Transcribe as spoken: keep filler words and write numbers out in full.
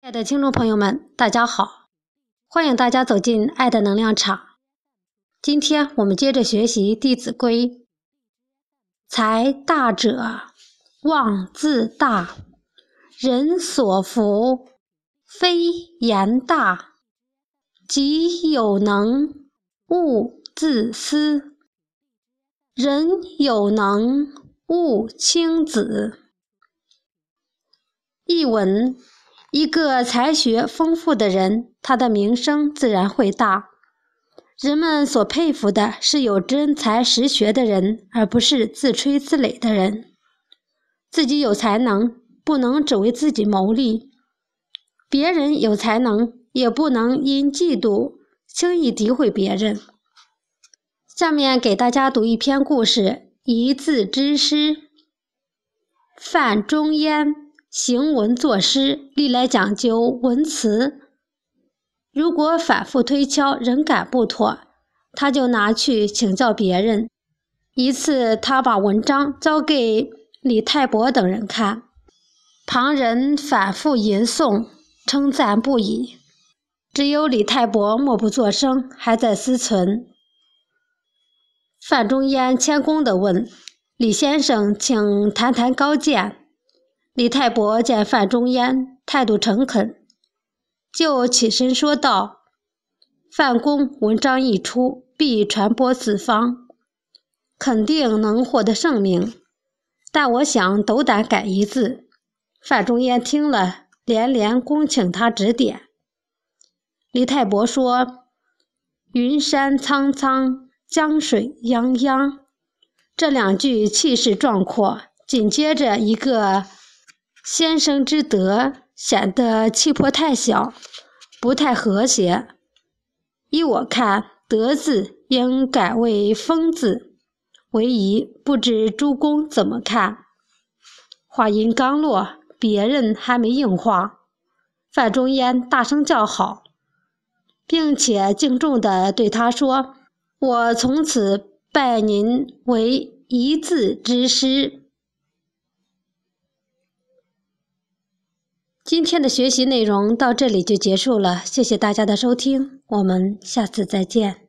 亲爱的听众朋友们，大家好，欢迎大家走进爱的能量场。今天我们接着学习《弟子规》，财大者，望自大，人所服，非言大。己有能，勿自私，人有能，勿轻訾。译文：一个才学丰富的人，他的名声自然会大。人们所佩服的是有真才实学的人，而不是自吹自擂的人。自己有才能，不能只为自己谋利；别人有才能，也不能因嫉妒轻易诋毁别人。下面给大家读一篇故事：一字之师。范仲淹行文作诗，历来讲究文辞。如果反复推敲仍感不妥，他就拿去请教别人。一次，他把文章交给李泰伯等人看，旁人反复吟诵，称赞不已，只有李泰伯默不作声，还在思忖。范仲淹谦恭地问：“李先生，请谈谈高见。”李泰伯见范仲淹态度诚恳，就起身说道：“范公文章一出，必传播四方，肯定能获得盛名，但我想斗胆改一字。”范仲淹听了，连连恭请他指点。李泰伯说：“云山苍苍，江水泱泱。”这两句气势壮阔，紧接着一个先生之德，显得气魄太小，不太和谐。依我看，德字应改为风字为宜，不知诸公怎么看？话音刚落，别人还没应话，范仲淹大声叫好，并且敬重地对他说：“我从此拜您为一字之师。”今天的学习内容到这里就结束了，谢谢大家的收听，我们下次再见。